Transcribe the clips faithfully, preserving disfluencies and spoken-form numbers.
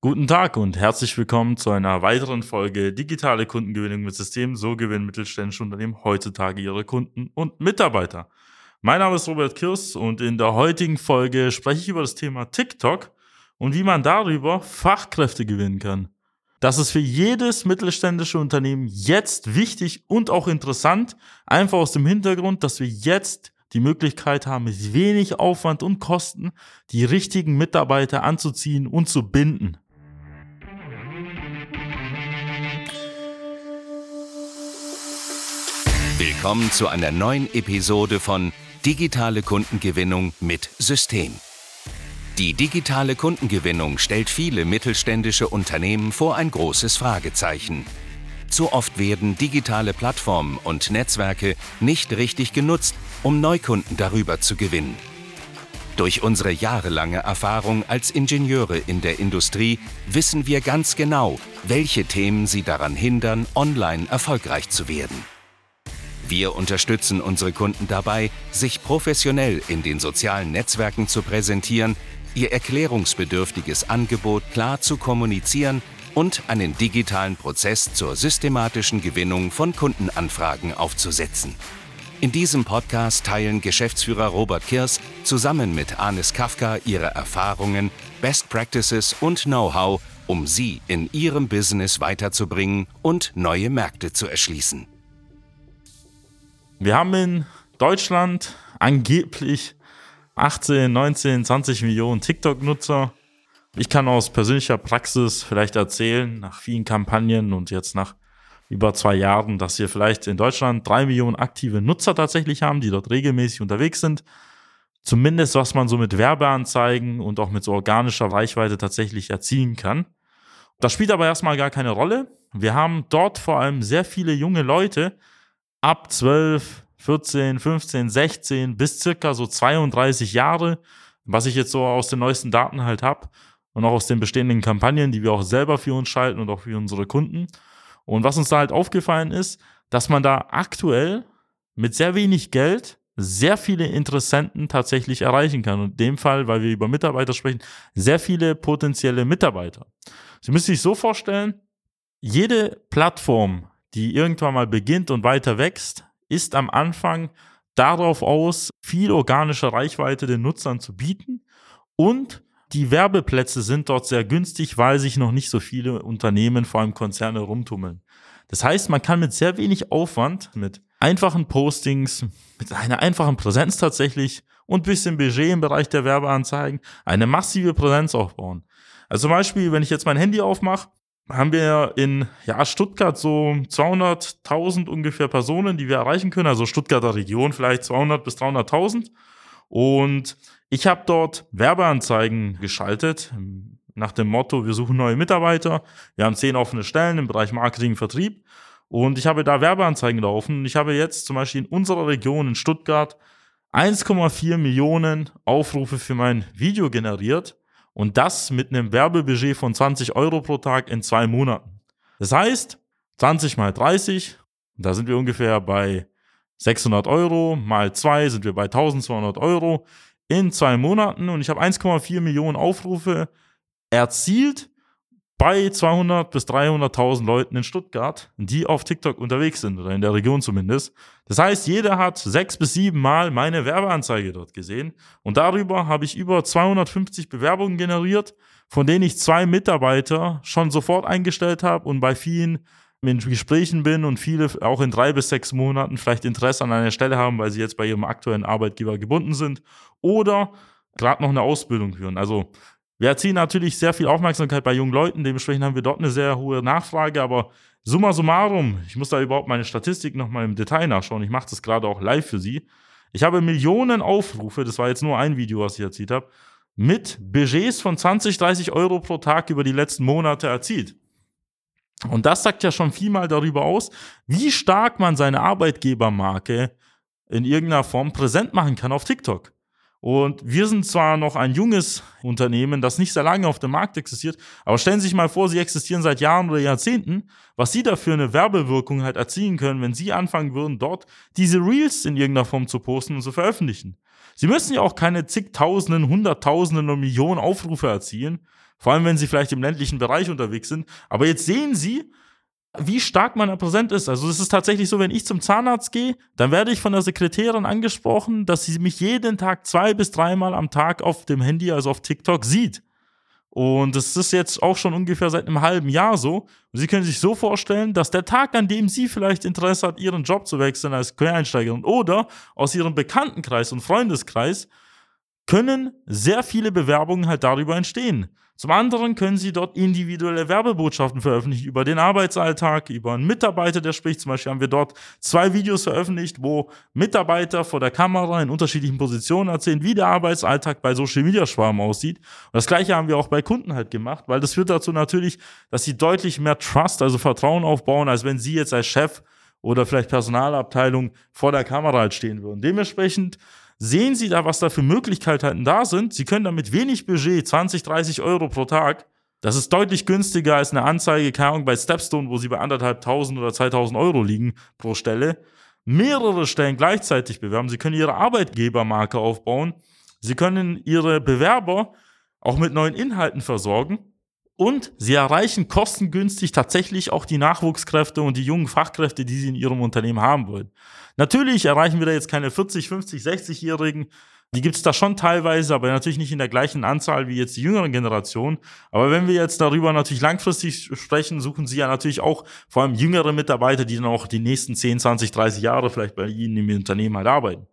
Guten Tag und herzlich willkommen zu einer weiteren Folge Digitale Kundengewinnung mit System. So gewinnen mittelständische Unternehmen heutzutage ihre Kunden und Mitarbeiter. Mein Name ist Robert Kirs und in der heutigen Folge spreche ich über das Thema TikTok und wie man darüber Fachkräfte gewinnen kann. Das ist für jedes mittelständische Unternehmen jetzt wichtig und auch interessant, einfach aus dem Hintergrund, dass wir jetzt die Möglichkeit haben, mit wenig Aufwand und Kosten die richtigen Mitarbeiter anzuziehen und zu binden. Willkommen zu einer neuen Episode von Digitale Kundengewinnung mit System. Die digitale Kundengewinnung stellt viele mittelständische Unternehmen vor ein großes Fragezeichen. Zu oft werden digitale Plattformen und Netzwerke nicht richtig genutzt, um Neukunden darüber zu gewinnen. Durch unsere jahrelange Erfahrung als Ingenieure in der Industrie wissen wir ganz genau, welche Themen sie daran hindern, online erfolgreich zu werden. Wir unterstützen unsere Kunden dabei, sich professionell in den sozialen Netzwerken zu präsentieren, ihr erklärungsbedürftiges Angebot klar zu kommunizieren und einen digitalen Prozess zur systematischen Gewinnung von Kundenanfragen aufzusetzen. In diesem Podcast teilen Geschäftsführer Robert Kirs zusammen mit Anis Kafka ihre Erfahrungen, Best Practices und Know-how, um sie in ihrem Business weiterzubringen und neue Märkte zu erschließen. Wir haben in Deutschland angeblich achtzehn, neunzehn, zwanzig Millionen TikTok-Nutzer. Ich kann aus persönlicher Praxis vielleicht erzählen, nach vielen Kampagnen und jetzt nach über zwei Jahren, dass wir vielleicht in Deutschland drei Millionen aktive Nutzer tatsächlich haben, die dort regelmäßig unterwegs sind. Zumindest was man so mit Werbeanzeigen und auch mit so organischer Reichweite tatsächlich erzielen kann. Das spielt aber erstmal gar keine Rolle. Wir haben dort vor allem sehr viele junge Leute, ab zwölf, vierzehn, fünfzehn, sechzehn bis circa so zweiunddreißig Jahre, was ich jetzt so aus den neuesten Daten halt habe und auch aus den bestehenden Kampagnen, die wir auch selber für uns schalten und auch für unsere Kunden. Und was uns da halt aufgefallen ist, dass man da aktuell mit sehr wenig Geld sehr viele Interessenten tatsächlich erreichen kann. Und in dem Fall, weil wir über Mitarbeiter sprechen, sehr viele potenzielle Mitarbeiter. Sie müssen sich so vorstellen, jede Plattform, die irgendwann mal beginnt und weiter wächst, ist am Anfang darauf aus, viel organische Reichweite den Nutzern zu bieten, und die Werbeplätze sind dort sehr günstig, weil sich noch nicht so viele Unternehmen, vor allem Konzerne, rumtummeln. Das heißt, man kann mit sehr wenig Aufwand, mit einfachen Postings, mit einer einfachen Präsenz tatsächlich und ein bisschen Budget im Bereich der Werbeanzeigen eine massive Präsenz aufbauen. Also zum Beispiel, wenn ich jetzt mein Handy aufmache, haben wir in ja, Stuttgart so zweihunderttausend ungefähr Personen, die wir erreichen können, also Stuttgarter Region vielleicht zweihundert bis dreihunderttausend. Und ich habe dort Werbeanzeigen geschaltet nach dem Motto, wir suchen neue Mitarbeiter, wir haben zehn offene Stellen im Bereich Marketing und Vertrieb und ich habe da Werbeanzeigen laufen. Ich habe jetzt zum Beispiel in unserer Region in Stuttgart eins Komma vier Millionen Aufrufe für mein Video generiert. Und das mit einem Werbebudget von zwanzig Euro pro Tag in zwei Monaten. Das heißt, zwanzig mal dreißig, da sind wir ungefähr bei sechshundert Euro, mal zwei sind wir bei eintausendzweihundert Euro in zwei Monaten. Und ich habe eins Komma vier Millionen Aufrufe erzielt bei zweihundert bis dreihunderttausend Leuten in Stuttgart, die auf TikTok unterwegs sind oder in der Region zumindest. Das heißt, jeder hat sechs bis sieben Mal meine Werbeanzeige dort gesehen und darüber habe ich über zweihundertfünfzig Bewerbungen generiert, von denen ich zwei Mitarbeiter schon sofort eingestellt habe und bei vielen in Gesprächen bin und viele auch in drei bis sechs Monaten vielleicht Interesse an einer Stelle haben, weil sie jetzt bei ihrem aktuellen Arbeitgeber gebunden sind oder gerade noch eine Ausbildung führen. Also wir erzielen natürlich sehr viel Aufmerksamkeit bei jungen Leuten, dementsprechend haben wir dort eine sehr hohe Nachfrage, aber summa summarum, ich muss da überhaupt meine Statistik nochmal im Detail nachschauen, ich mache das gerade auch live für Sie. Ich habe Millionen Aufrufe, das war jetzt nur ein Video, was ich erzielt habe, mit Budgets von zwanzig, dreißig Euro pro Tag über die letzten Monate erzielt. Und das sagt ja schon viel mal darüber aus, wie stark man seine Arbeitgebermarke in irgendeiner Form präsent machen kann auf TikTok. Und wir sind zwar noch ein junges Unternehmen, das nicht sehr lange auf dem Markt existiert, aber stellen Sie sich mal vor, Sie existieren seit Jahren oder Jahrzehnten, was Sie da für eine Werbewirkung halt erzielen können, wenn Sie anfangen würden, dort diese Reels in irgendeiner Form zu posten und zu veröffentlichen. Sie müssen ja auch keine zigtausenden, hunderttausenden und Millionen Aufrufe erzielen. Vor allem, wenn sie vielleicht im ländlichen Bereich unterwegs sind. Aber jetzt sehen sie, wie stark man da präsent ist. Also es ist tatsächlich so, wenn ich zum Zahnarzt gehe, dann werde ich von der Sekretärin angesprochen, dass sie mich jeden Tag zwei bis dreimal am Tag auf dem Handy, also auf TikTok, sieht. Und das ist jetzt auch schon ungefähr seit einem halben Jahr so. Und Sie können sich so vorstellen, dass der Tag, an dem sie vielleicht Interesse hat, ihren Job zu wechseln als Quereinsteigerin oder aus ihrem Bekanntenkreis und Freundeskreis, können sehr viele Bewerbungen halt darüber entstehen. Zum anderen können Sie dort individuelle Werbebotschaften veröffentlichen über den Arbeitsalltag, über einen Mitarbeiter, der spricht. Zum Beispiel haben wir dort zwei Videos veröffentlicht, wo Mitarbeiter vor der Kamera in unterschiedlichen Positionen erzählen, wie der Arbeitsalltag bei Social Media Schwarm aussieht. Und das Gleiche haben wir auch bei Kunden halt gemacht, weil das führt dazu natürlich, dass sie deutlich mehr Trust, also Vertrauen aufbauen, als wenn Sie jetzt als Chef oder vielleicht Personalabteilung vor der Kamera halt stehen würden. Dementsprechend sehen Sie da, was da für Möglichkeiten da sind. Sie können da mit wenig Budget, zwanzig, dreißig Euro pro Tag, das ist deutlich günstiger als eine Anzeige, keine Ahnung, bei Stepstone, wo Sie bei anderthalbtausend oder zweitausend Euro liegen pro Stelle, mehrere Stellen gleichzeitig bewerben. Sie können Ihre Arbeitgebermarke aufbauen. Sie können Ihre Bewerber auch mit neuen Inhalten versorgen. Und Sie erreichen kostengünstig tatsächlich auch die Nachwuchskräfte und die jungen Fachkräfte, die Sie in Ihrem Unternehmen haben wollen. Natürlich erreichen wir da jetzt keine vierzig, fünfzig, sechzig-Jährigen. Die gibt es da schon teilweise, aber natürlich nicht in der gleichen Anzahl wie jetzt die jüngeren Generationen. Aber wenn wir jetzt darüber natürlich langfristig sprechen, suchen Sie ja natürlich auch vor allem jüngere Mitarbeiter, die dann auch die nächsten zehn, zwanzig, dreißig Jahre vielleicht bei Ihnen im Unternehmen halt arbeiten.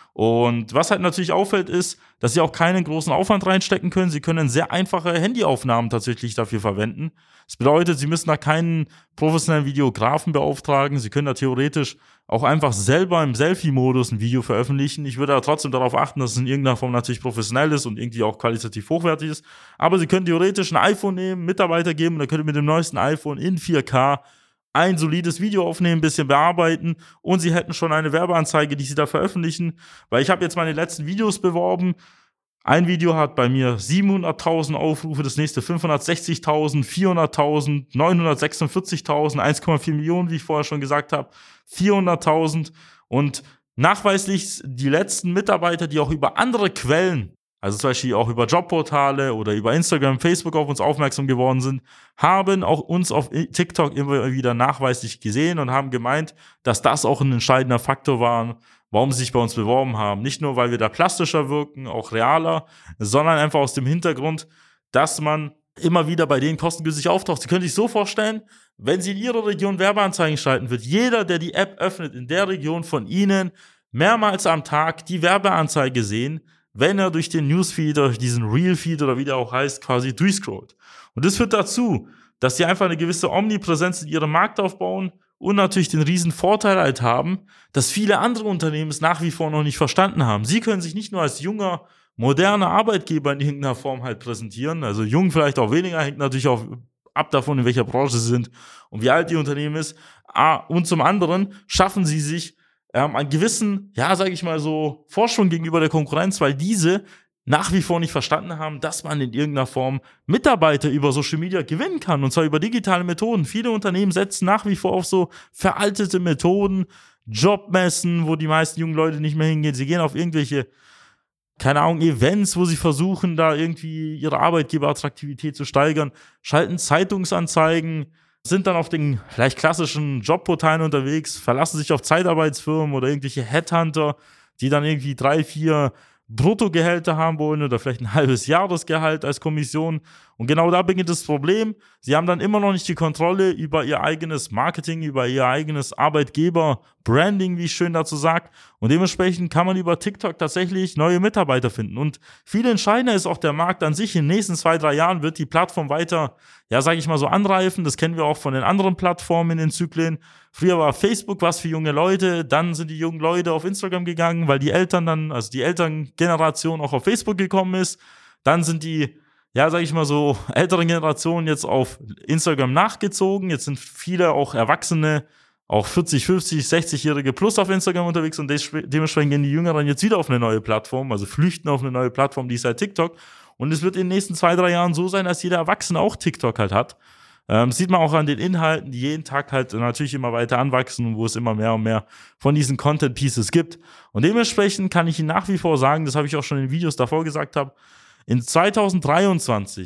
Und was halt natürlich auffällt, ist, dass Sie auch keinen großen Aufwand reinstecken können. Sie können sehr einfache Handyaufnahmen tatsächlich dafür verwenden. Das bedeutet, Sie müssen da keinen professionellen Videografen beauftragen. Sie können da theoretisch auch einfach selber im Selfie-Modus ein Video veröffentlichen. Ich würde aber trotzdem darauf achten, dass es in irgendeiner Form natürlich professionell ist und irgendwie auch qualitativ hochwertig ist. Aber Sie können theoretisch ein iPhone nehmen, Mitarbeiter geben und dann können Sie mit dem neuesten iPhone in vier K ein solides Video aufnehmen, ein bisschen bearbeiten und Sie hätten schon eine Werbeanzeige, die Sie da veröffentlichen, weil ich habe jetzt meine letzten Videos beworben. Ein Video hat bei mir siebenhunderttausend Aufrufe, das nächste fünfhundertsechzigtausend, vierhunderttausend, neunhundertsechsundvierzigtausend, eins Komma vier Millionen, wie ich vorher schon gesagt habe, vierhunderttausend und nachweislich die letzten Mitarbeiter, die auch über andere Quellen, also zum Beispiel auch über Jobportale oder über Instagram, Facebook auf uns aufmerksam geworden sind, haben auch uns auf TikTok immer wieder nachweislich gesehen und haben gemeint, dass das auch ein entscheidender Faktor war, warum sie sich bei uns beworben haben. Nicht nur, weil wir da plastischer wirken, auch realer, sondern einfach aus dem Hintergrund, dass man immer wieder bei denen kostengünstig auftaucht. Sie können sich so vorstellen, wenn Sie in Ihrer Region Werbeanzeigen schalten, wird jeder, der die App öffnet, in der Region von Ihnen mehrmals am Tag die Werbeanzeige sehen, wenn er durch den Newsfeed oder durch diesen Reel-Feed oder wie der auch heißt, quasi durchscrollt. Und das führt dazu, dass sie einfach eine gewisse Omnipräsenz in ihrem Markt aufbauen und natürlich den riesen Vorteil halt haben, dass viele andere Unternehmen es nach wie vor noch nicht verstanden haben. Sie können sich nicht nur als junger, moderner Arbeitgeber in irgendeiner Form halt präsentieren, also jung vielleicht auch weniger, hängt natürlich auch ab davon, in welcher Branche sie sind und wie alt die Unternehmen ist. Und zum anderen schaffen sie sich Ähm, einen gewissen, ja, sage ich mal so, Vorsprung gegenüber der Konkurrenz, weil diese nach wie vor nicht verstanden haben, dass man in irgendeiner Form Mitarbeiter über Social Media gewinnen kann, und zwar über digitale Methoden. Viele Unternehmen setzen nach wie vor auf so veraltete Methoden, Jobmessen, wo die meisten jungen Leute nicht mehr hingehen. Sie gehen auf irgendwelche, keine Ahnung, Events, wo sie versuchen, da irgendwie ihre Arbeitgeberattraktivität zu steigern, schalten Zeitungsanzeigen, sind dann auf den vielleicht klassischen Jobportalen unterwegs, verlassen sich auf Zeitarbeitsfirmen oder irgendwelche Headhunter, die dann irgendwie drei, vier Bruttogehälter haben wollen oder vielleicht ein halbes Jahresgehalt als Kommission. Und genau da beginnt das Problem. Sie haben dann immer noch nicht die Kontrolle über ihr eigenes Marketing, über ihr eigenes Arbeitgeber-Branding, wie ich schön dazu sage. Und dementsprechend kann man über TikTok tatsächlich neue Mitarbeiter finden. Und viel entscheidender ist auch der Markt an sich. In den nächsten zwei, drei Jahren wird die Plattform weiter, ja, sage ich mal so, anreifen. Das kennen wir auch von den anderen Plattformen in den Zyklen. Früher war Facebook was für junge Leute, dann sind die jungen Leute auf Instagram gegangen, weil die Eltern dann, also die Elterngeneration auch auf Facebook gekommen ist. Dann sind die, ja, sag ich mal so, älteren Generationen jetzt auf Instagram nachgezogen. Jetzt sind viele auch Erwachsene, auch vierzig, fünfzig, sechzig-Jährige plus auf Instagram unterwegs und dementsprechend gehen die Jüngeren jetzt wieder auf eine neue Plattform, also flüchten auf eine neue Plattform, die ist halt TikTok. Und es wird in den nächsten zwei, drei Jahren so sein, dass jeder Erwachsene auch TikTok halt hat. Ähm, das sieht man auch an den Inhalten, die jeden Tag halt natürlich immer weiter anwachsen und wo es immer mehr und mehr von diesen Content-Pieces gibt. Und dementsprechend kann ich Ihnen nach wie vor sagen, das habe ich auch schon in den Videos davor gesagt habe, in zwanzig dreiundzwanzig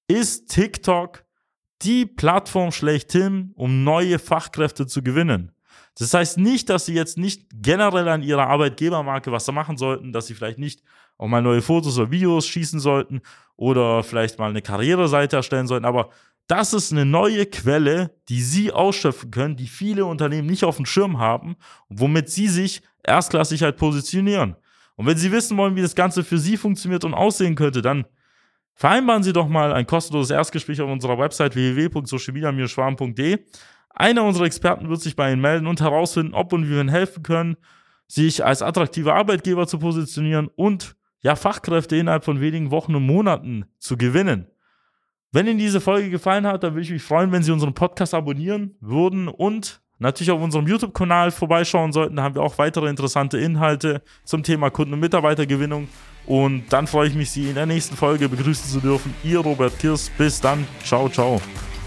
ist TikTok die Plattform schlechthin, um neue Fachkräfte zu gewinnen. Das heißt nicht, dass sie jetzt nicht generell an ihrer Arbeitgebermarke was da machen sollten, dass sie vielleicht nicht auch mal neue Fotos oder Videos schießen sollten oder vielleicht mal eine Karriereseite erstellen sollten, aber das ist eine neue Quelle, die sie ausschöpfen können, die viele Unternehmen nicht auf dem Schirm haben und womit sie sich erstklassig halt positionieren. Und wenn Sie wissen wollen, wie das Ganze für Sie funktioniert und aussehen könnte, dann vereinbaren Sie doch mal ein kostenloses Erstgespräch auf unserer Website w w w punkt social media dash schwaben punkt d e. Einer unserer Experten wird sich bei Ihnen melden und herausfinden, ob und wie wir Ihnen helfen können, sich als attraktiver Arbeitgeber zu positionieren und ja, Fachkräfte innerhalb von wenigen Wochen und Monaten zu gewinnen. Wenn Ihnen diese Folge gefallen hat, dann würde ich mich freuen, wenn Sie unseren Podcast abonnieren würden und natürlich auf unserem YouTube-Kanal vorbeischauen sollten. Da haben wir auch weitere interessante Inhalte zum Thema Kunden- und Mitarbeitergewinnung. Und dann freue ich mich, Sie in der nächsten Folge begrüßen zu dürfen. Ihr Robert Kirsch. Bis dann. Ciao, ciao.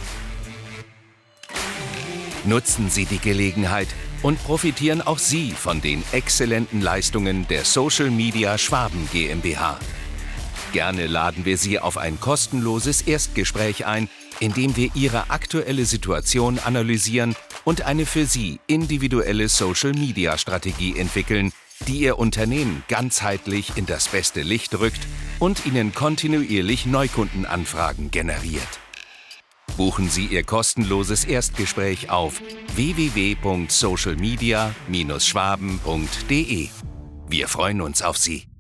Nutzen Sie die Gelegenheit und profitieren auch Sie von den exzellenten Leistungen der Social Media Schwaben GmbH. Gerne laden wir Sie auf ein kostenloses Erstgespräch ein, in dem wir Ihre aktuelle Situation analysieren und eine für Sie individuelle Social-Media-Strategie entwickeln, die Ihr Unternehmen ganzheitlich in das beste Licht rückt und Ihnen kontinuierlich Neukundenanfragen generiert. Buchen Sie Ihr kostenloses Erstgespräch auf w w w punkt social media dash schwaben punkt d e. Wir freuen uns auf Sie.